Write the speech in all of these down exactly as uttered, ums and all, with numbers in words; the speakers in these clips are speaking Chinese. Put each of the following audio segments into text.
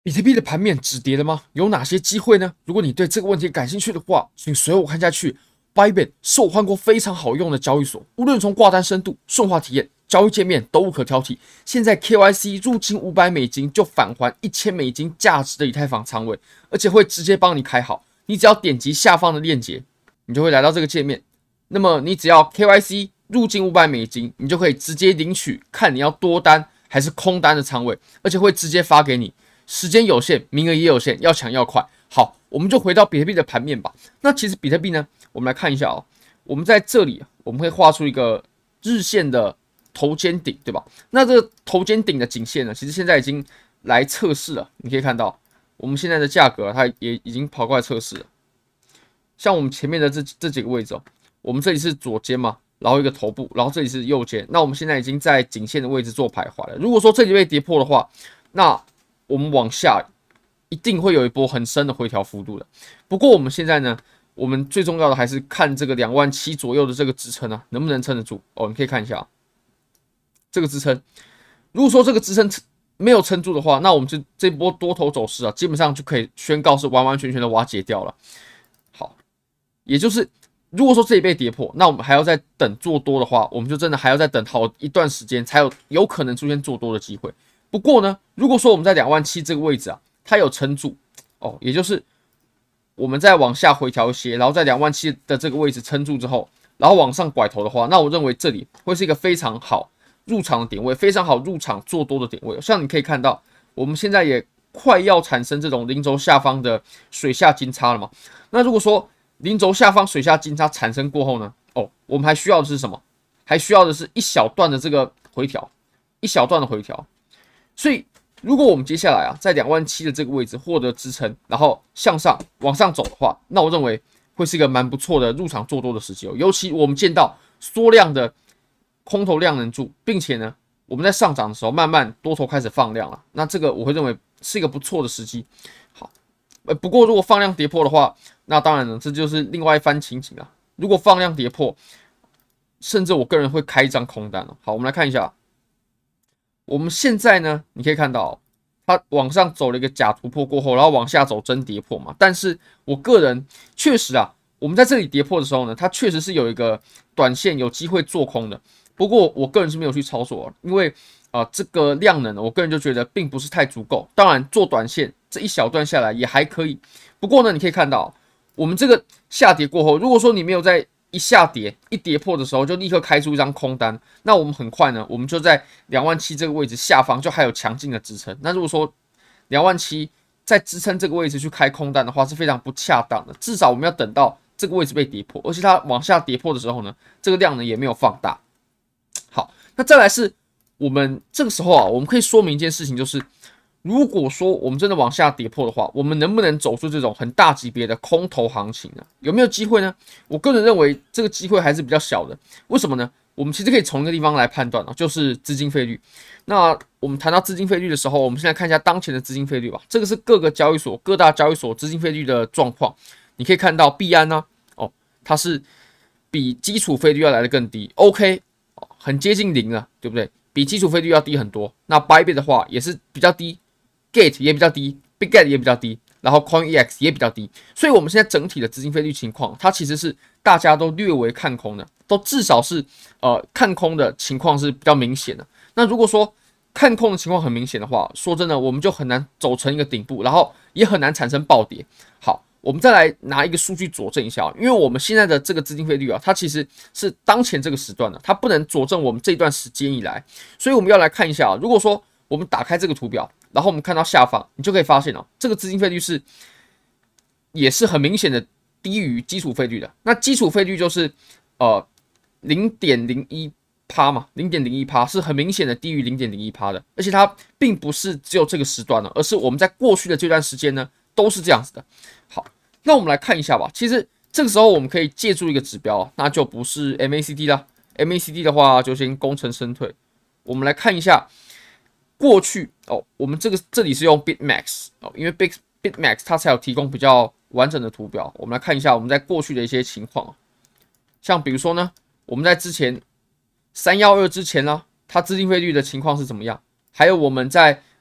比特币的盘面止跌了吗？有哪些机会呢？如果你对这个问题感兴趣的话，请随我看下去。Bybit 是我换过非常好用的交易所，无论从挂单深度、顺滑体验、交易界面都无可挑剔。现在 K Y C 入金五百美金就返还一千美金价值的以太坊仓位，而且会直接帮你开好。你只要点击下方的链接，你就会来到这个界面。那么你只要 K Y C 入金五百美金，你就可以直接领取，看你要多单还是空单的仓位，而且会直接发给你。时间有限，名额也有限，要抢要快。好，我们就回到比特币的盘面吧。那其实比特币呢，我们来看一下哦。我们在这里，我们会画出一个日线的头肩顶，对吧？那这个头肩顶的颈线呢，其实现在已经来测试了。你可以看到，我们现在的价格它也已经跑过来测试了。像我们前面的这这几个位置哦，我们这里是左肩嘛，然后一个头部，然后这里是右肩。那我们现在已经在颈线的位置做徘徊了。如果说这里被跌破的话，那我们往下一定会有一波很深的回调幅度的。不过我们现在呢，我们最重要的还是看这个两万七左右的这个支撑啊，能不能撑得住哦？你可以看一下、啊、这个支撑，如果说这个支撑没有撑住的话，那我们就这波多头走势啊，基本上就可以宣告是完完全全的瓦解掉了。好，也就是如果说这里被跌破，那我们还要再等做多的话，我们就真的还要再等好一段时间，才有有可能出现做多的机会。不过呢，如果说我们在两万七这个位置啊，它有撑住哦，也就是我们再往下回调一些，然后在两万七的这个位置撑住之后，然后往上拐头的话，那我认为这里会是一个非常好入场的点位，非常好入场做多的点位。像你可以看到，我们现在也快要产生这种零轴下方的水下金叉了嘛。那如果说零轴下方水下金叉产生过后呢，哦，我们还需要的是什么？还需要的是一小段的这个回调，一小段的回调。所以，如果我们接下来啊，在两万七的这个位置获得支撑，然后向上往上走的话，那我认为会是一个蛮不错的入场做多的时机哦。尤其我们见到缩量的空头量能柱，并且呢，我们在上涨的时候慢慢多头开始放量了，那这个我会认为是一个不错的时机。好，呃，不过如果放量跌破的话，那当然呢，这就是另外一番情景了。如果放量跌破，甚至我个人会开一张空单哦。好，我们来看一下。我们现在呢，你可以看到，它往上走了一个假突破过后，然后往下走真跌破嘛。但是我个人确实啊，我们在这里跌破的时候呢，它确实是有一个短线有机会做空的。不过我个人是没有去操作，因为啊、呃、这个量能，我个人就觉得并不是太足够。当然做短线这一小段下来也还可以。不过呢，你可以看到，我们这个下跌过后，如果说你没有在一下跌一跌破的时候就立刻开出一张空单，那我们很快呢，我们就在两万七这个位置下方就还有强劲的支撑。那如果说两万七在支撑这个位置去开空单的话，是非常不恰当的。至少我们要等到这个位置被跌破，而且它往下跌破的时候呢，这个量呢也没有放大。好，那再来是我们这个时候啊，我们可以说明一件事情，就是如果说我们真的往下跌破的话，我们能不能走出这种很大级别的空头行情呢？有没有机会呢？我个人认为这个机会还是比较小的。为什么呢？我们其实可以从一个地方来判断啊，就是资金费率。那我们谈到资金费率的时候，我们现在看一下当前的资金费率吧。这个是各个交易所、各大交易所资金费率的状况。你可以看到币安呢、啊，哦，它是比基础费率要来的更低 ，OK， 很接近零了，对不对？比基础费率要低很多。那 Bybit 的话也是比较低。Gate 也比较低 ，Bitget 也比较低，然后 CoinEx 也比较低，所以我们现在整体的资金费率情况，它其实是大家都略微看空的，都至少是呃看空的情况是比较明显的。那如果说看空的情况很明显的话，说真的，我们就很难走成一个顶部，然后也很难产生暴跌。好，我们再来拿一个数据佐证一下，因为我们现在的这个资金费率啊，它其实是当前这个时段的，它不能佐证我们这段时间以来，所以我们要来看一下啊，如果说我们打开这个图表。然后我们看到下方，你就可以发现哦，这个资金费率是也是很明显的低于基础费率的。那基础费率就是呃零点零一趴嘛，零点零一趴是很明显的低于零点零一趴的，而且它并不是只有这个时段了，而是我们在过去的这段时间呢都是这样子的。好，那我们来看一下吧。其实这个时候我们可以借助一个指标，那就不是 M A C D 啦。M A C D 的话就先功成身退。我们来看一下。过去哦，我们这个这里是用 Bitmax 哦，因为 Bit Bitmax 它才有提供比较完整的图表。我们来看一下我们在过去的一些情况，像比如说呢，我们在之前三一二之前呢，它资金费率的情况是怎么样？还有我们在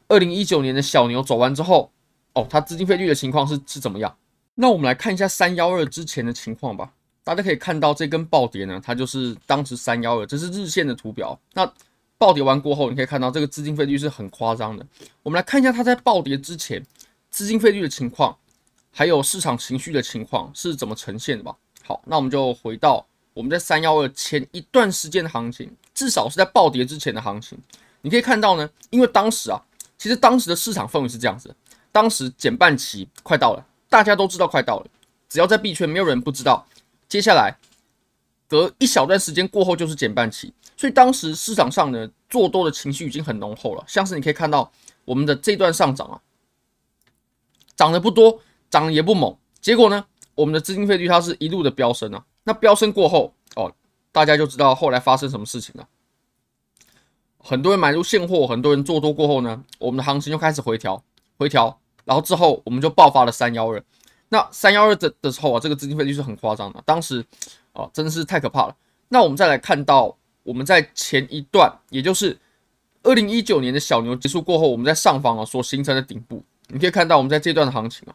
二零一九年的小牛走完之后，哦，它资金费率的情况是是怎么样？那我们来看一下三一二之前的情况吧。大家可以看到这根暴跌呢，它就是当时三一二，这是日线的图表。那暴跌完过后，你可以看到这个资金费率是很夸张的。我们来看一下它在暴跌之前资金费率的情况，还有市场情绪的情况是怎么呈现的吧。好，那我们就回到我们在三一二前一段时间的行情，至少是在暴跌之前的行情。你可以看到呢，因为当时啊，其实当时的市场氛围是这样子，当时减半期快到了，大家都知道快到了，只要在币圈没有人不知道，接下来隔一小段时间过后就是减半期，所以当时市场上呢做多的情绪已经很浓厚了，像是你可以看到我们的这段上涨啊，涨得不多，涨得也不猛，结果呢，我们的资金费率它是一路的飙升啊，那飙升过后哦，大家就知道后来发生什么事情了。很多人买入现货，很多人做多过后呢，我们的行情就开始回调，回调，然后之后我们就爆发了三一二。那三一二的的时候啊，这个资金费率是很夸张的，当时啊真的是太可怕了。那我们再来看到我们在前一段，也就是二零一九年的小牛结束过后，我们在上方啊所形成的顶部，你可以看到我们在这段的行情啊，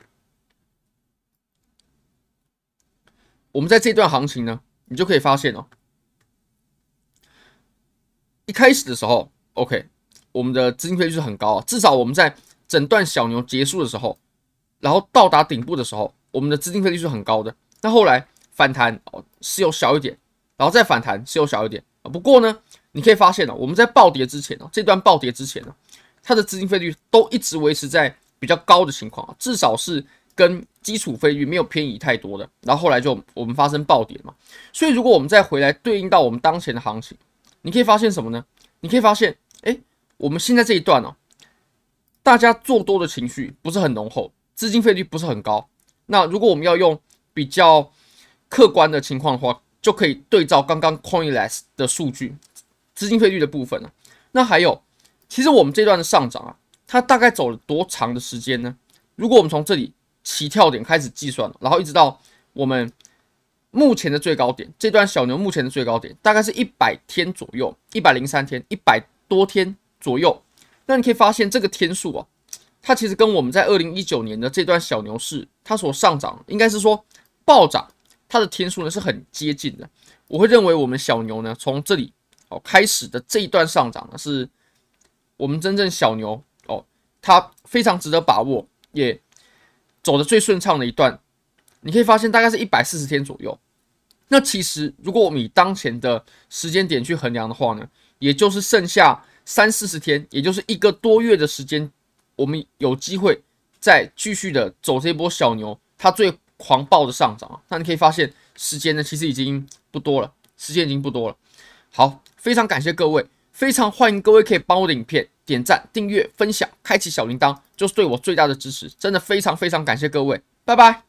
我们在这段行情呢，你就可以发现哦。一开始的时候 ，OK， 我们的资金费率是很高啊，至少我们在整段小牛结束的时候，然后到达顶部的时候，我们的资金费率是很高的。那后来反弹哦是有小一点，然后再反弹是有小一点啊。不过呢，你可以发现哦，我们在暴跌之前哦，这段暴跌之前呢，它的资金费率都一直维持在比较高的情况啊，至少是跟基础费率没有偏移太多的。然后后来就我们发生暴跌嘛，所以如果我们再回来对应到我们当前的行情。你可以发现什么呢？你可以发现，哎，我们现在这一段哦，大家做多的情绪不是很浓厚，资金费率不是很高。那如果我们要用比较客观的情况的话，就可以对照刚刚 Coinless 的数据，资金费率的部分啊。那还有，其实我们这段的上涨啊，它大概走了多长的时间呢？如果我们从这里起跳点开始计算，然后一直到我们目前的最高点，这段小牛目前的最高点大概是一百天左右，一百零三天，一百多天左右。那你可以发现这个天数啊，它其实跟我们在二零一九年的这段小牛市它所上涨，应该是说暴涨，它的天数呢是很接近的。我会认为我们小牛呢从这里哦开始的这一段上涨呢，是我们真正小牛哦，它非常值得把握，也走得最顺畅的一段。你可以发现大概是一百四十天左右。那其实如果我们以当前的时间点去衡量的话呢，也就是剩下三四十天，也就是一个多月的时间，我们有机会再继续的走这波小牛它最狂暴的上涨。那你可以发现时间呢其实已经不多了，时间已经不多了。好，非常感谢各位，非常欢迎各位可以帮我的影片点赞、订阅、分享、开启小铃铛，就是对我最大的支持。真的非常非常感谢各位，拜拜。